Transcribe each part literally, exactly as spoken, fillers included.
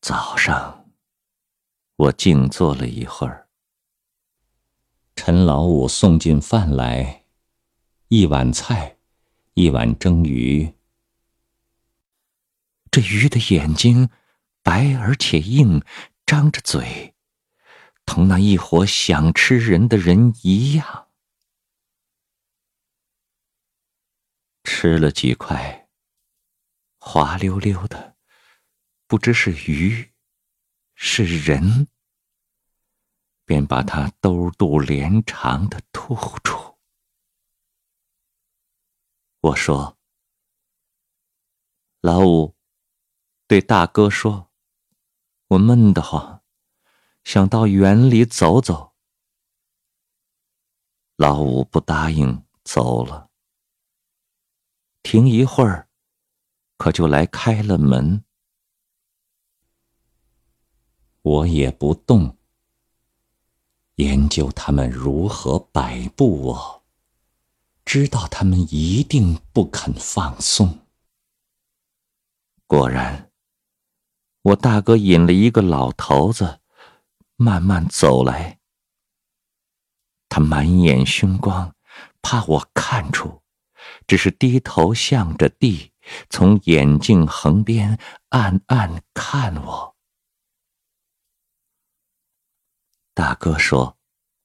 早上，我静坐了一会儿。陈老五送进饭来，一碗菜，一碗蒸鱼。这鱼的眼睛白而且硬，张着嘴，同那一伙想吃人的人一样。吃了几块，滑溜溜的，不知是鱼是人，便把它兜肚连肠的吐出。我说：老五，对大哥说，我闷得慌，想到园里走走。老五不答应，走了。停一会儿，可就来开了门。我也不动，研究他们如何摆布我，知道他们一定不肯放松。果然，我大哥引了一个老头子慢慢走来。他满眼凶光，怕我看出，只是低头向着地，从眼镜横边暗暗看我。大哥说：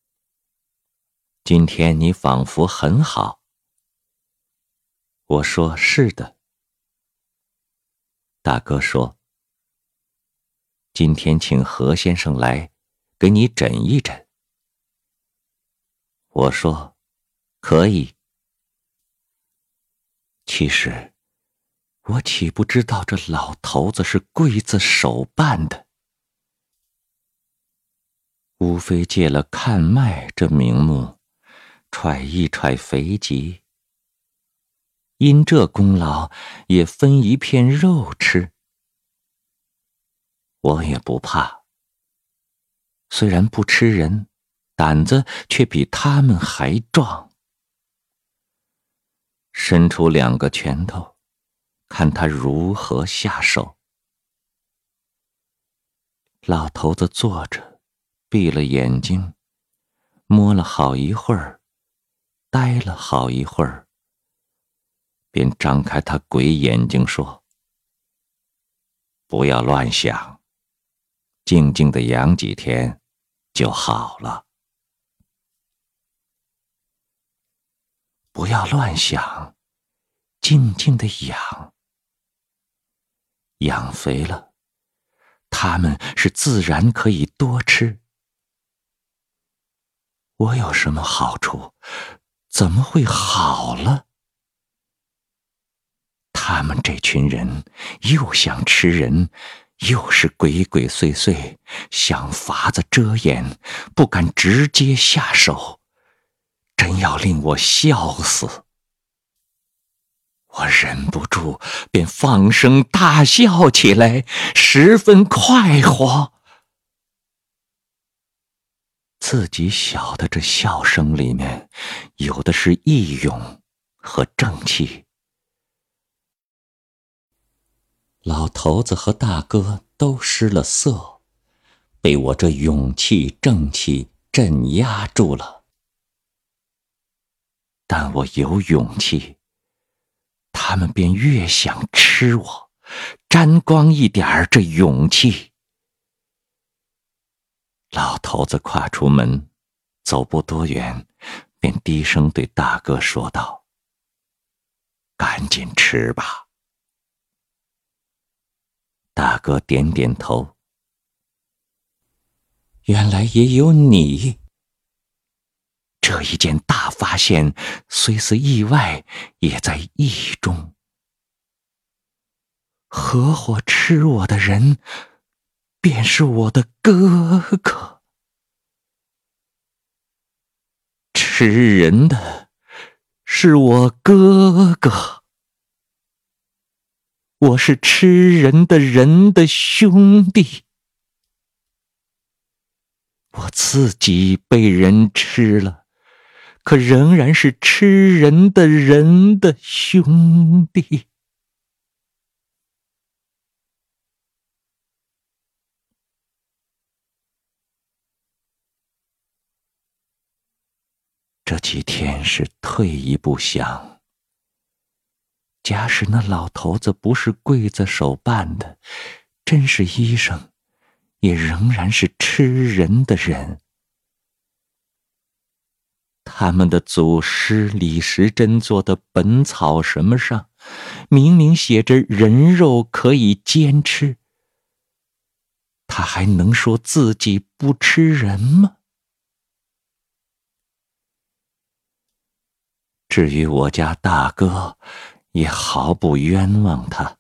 今天你仿佛很好。我说：是的。大哥说：今天请何先生来给你诊一诊。我说：可以。其实我岂不知道这老头子是刽子手办的，无非借了看脉这名目，揣一揣肥瘠，因这功劳也分一片肉吃。我也不怕，虽然不吃人，胆子却比他们还壮。伸出两个拳头，看他如何下手。老头子坐着，闭了眼睛，摸了好一会儿，呆了好一会儿，便张开他鬼眼睛说：不要乱想，静静的养几天就好了。不要乱想，静静的养。养肥了，他们是自然可以多吃。我有什么好处？怎么会好了？他们这群人又想吃人，又是鬼鬼祟祟，想法子遮掩，不敢直接下手，真要令我笑死。我忍不住便放声大笑起来，十分快活。自己晓得这笑声里面有的是义勇和正气。老头子和大哥都失了色，被我这勇气正气镇压住了。但我有勇气，他们便越想吃我，沾光一点儿这勇气。老头子跨出门，走不多远，便低声对大哥说道：赶紧吃吧。大哥点点头。原来也有你。这一件大发现，虽似意外，也在意中。合伙吃我的人，便是我的哥哥。吃人的是我哥哥。我是吃人的人的兄弟。我自己被人吃了，可仍然是吃人的人的兄弟。 这几天是退一步想，假使那老头子不是刽子手办的，真是医生，也仍然是吃人的人。他们的祖师李时珍做的《本草什么》上，明明写着人肉可以煎吃，他还能说自己不吃人吗？至于我家大哥，也毫不冤枉他。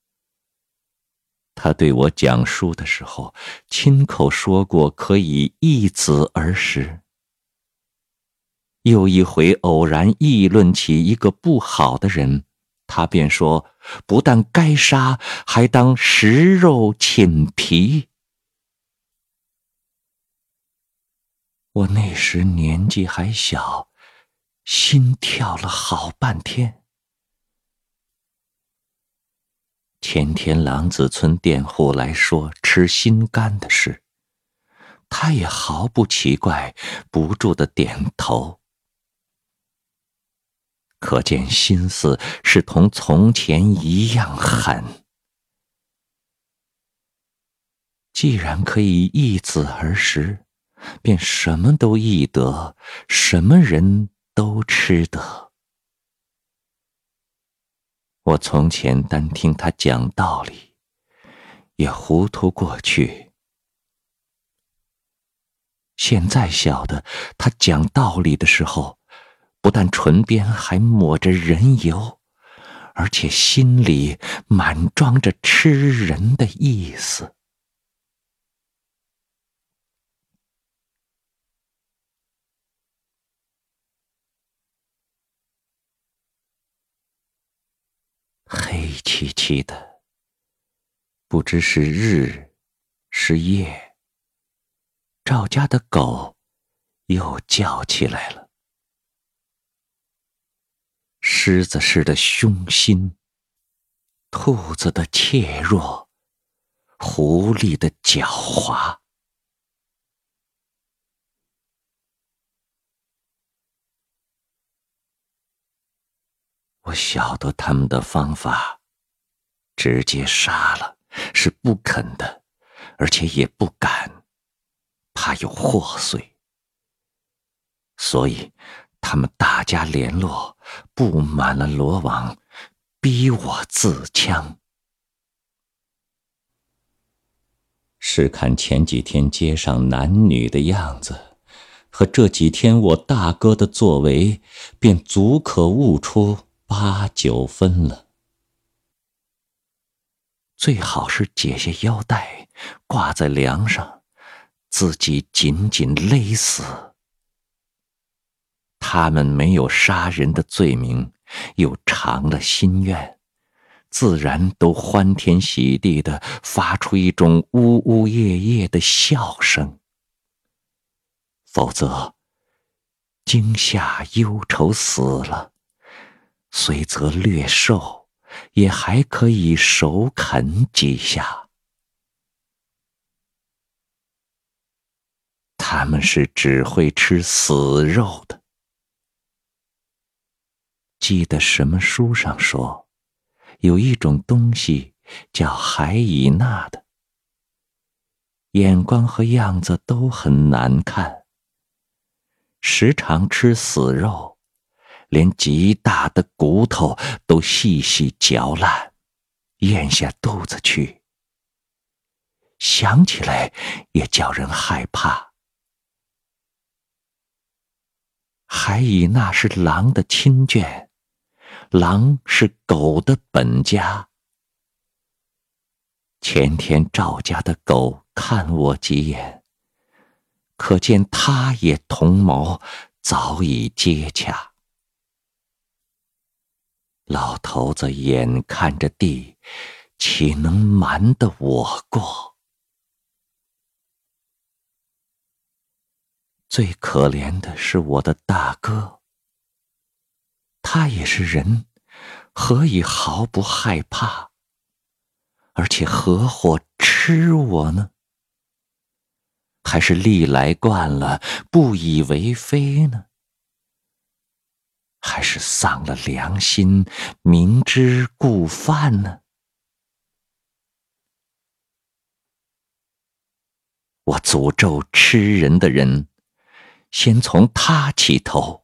他对我讲述的时候，亲口说过可以易子而食。又一回偶然议论起一个不好的人，他便说不但该杀，还当食肉寝皮。我那时年纪还小，心跳了好半天。前天狼子村佃户来说吃心肝的事，他也毫不奇怪，不住地点头。可见心思是同从前一样狠。既然可以易子而食，便什么都易得，什么人都吃得。我从前单听他讲道理，也糊涂过去。现在晓得他讲道理的时候，不但唇边还抹着人油，而且心里满装着吃人的意思。黑漆漆的，不知是日是夜，赵家的狗又叫起来了。狮子似的凶心，兔子的怯弱，狐狸的狡猾。我晓得他们的方法，直接杀了是不肯的，而且也不敢，怕有祸祟。所以他们大家联络，布满了罗网，逼我自枪。试看前几天街上男女的样子，和这几天我大哥的作为，便足可悟出八九分了。最好是解下腰带，挂在梁上，自己紧紧勒死。他们没有杀人的罪名，又偿了心愿，自然都欢天喜地地发出一种呜呜咽咽的笑声。否则惊吓忧愁死了，虽则略瘦，也还可以手啃几下。他们是只会吃死肉的。记得什么书上说，有一种东西叫海以纳的，眼光和样子都很难看，时常吃死肉，连极大的骨头都细细嚼烂，咽下肚子去。想起来也叫人害怕。海以纳是狼的亲眷，狼是狗的本家。前天赵家的狗看我几眼，可见他也同谋，早已接洽。老头子眼看着地，岂能瞒得我过？最可怜的是我的大哥，他也是人，何以毫不害怕，而且合伙吃我呢？还是历来惯了，不以为非呢？ 还是丧了良心，明知故犯呢？我诅咒吃人的人，先从他起头；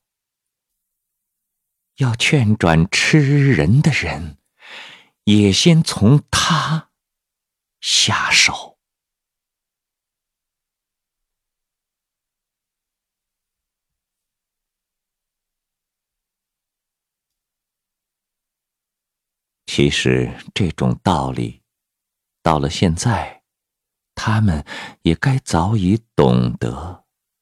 要劝转吃人的人，也先从他下手。其实这种道理，到了现在，他们也该早已懂得。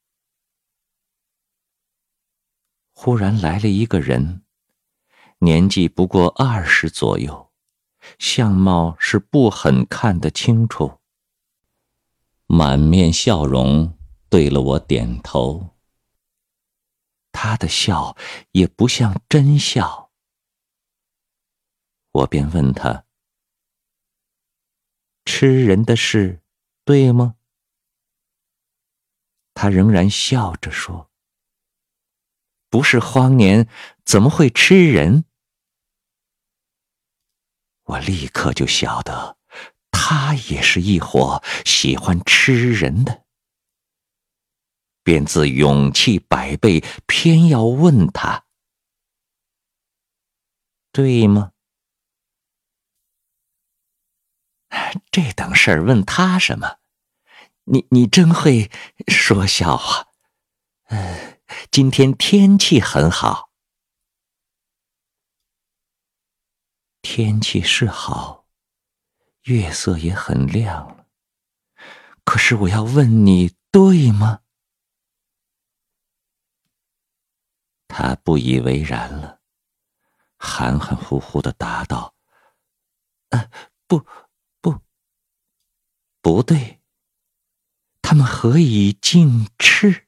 忽然来了一个人，年纪不过二十左右，相貌是不很看得清楚，满面笑容，对了我点头。他的笑也不像真笑。我便问他：吃人的事对吗？他仍然笑着说：不是荒年，怎么会吃人？我立刻就晓得，他也是一伙喜欢吃人的，便自勇气百倍，偏要问他：对吗？这等事儿问他什么？你你真会说笑话。呃，今天天气很好。天气是好，月色也很亮了。可是我要问你，对吗？他不以为然了，含含糊糊地答道：呃，不不不对，他们何以尽吃？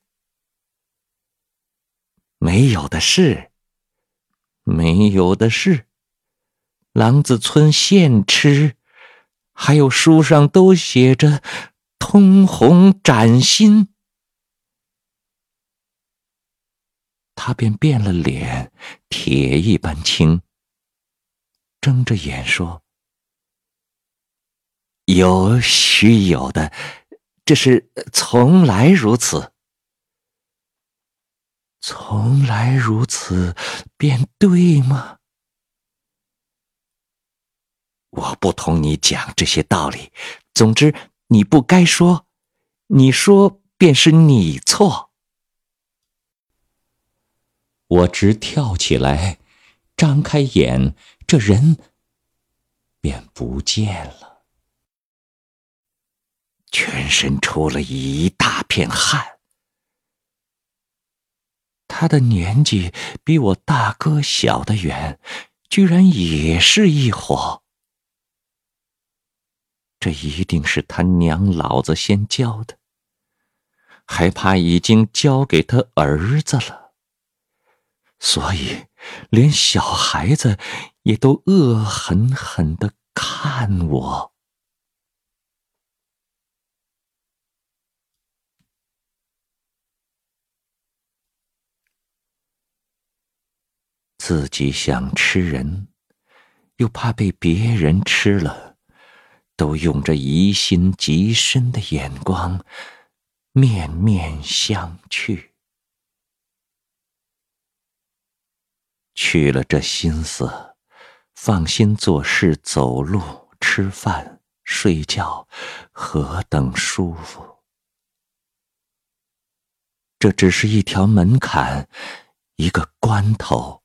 没有的事，没有的事。狼子村现吃，还有书上都写着通红斩心。他便变了脸，铁一般青，睁着眼说：有须有的，这是从来如此。从来如此，便对吗？我不同你讲这些道理，总之你不该说，你说便是你错。我直跳起来，张开眼，这人便不见了，全身出了一大片汗。他的年纪比我大哥小得远，居然也是一伙。这一定是他娘老子先教的，还怕已经交给他儿子了，所以连小孩子也都恶狠狠地看我。自己想吃人，又怕被别人吃了，都用着疑心极深的眼光，面面相觑。去了这心思，放心做事、走路、吃饭、睡觉，何等舒服！这只是一条门槛，一个关头。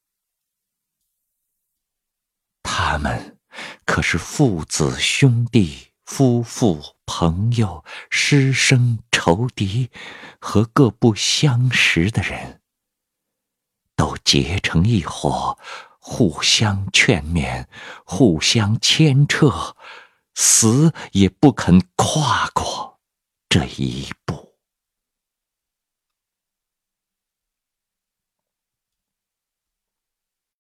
他们可是父子兄弟、夫妇朋友、师生仇敌和各不相识的人，都结成一伙，互相劝勉，互相牵扯，死也不肯跨过这一步。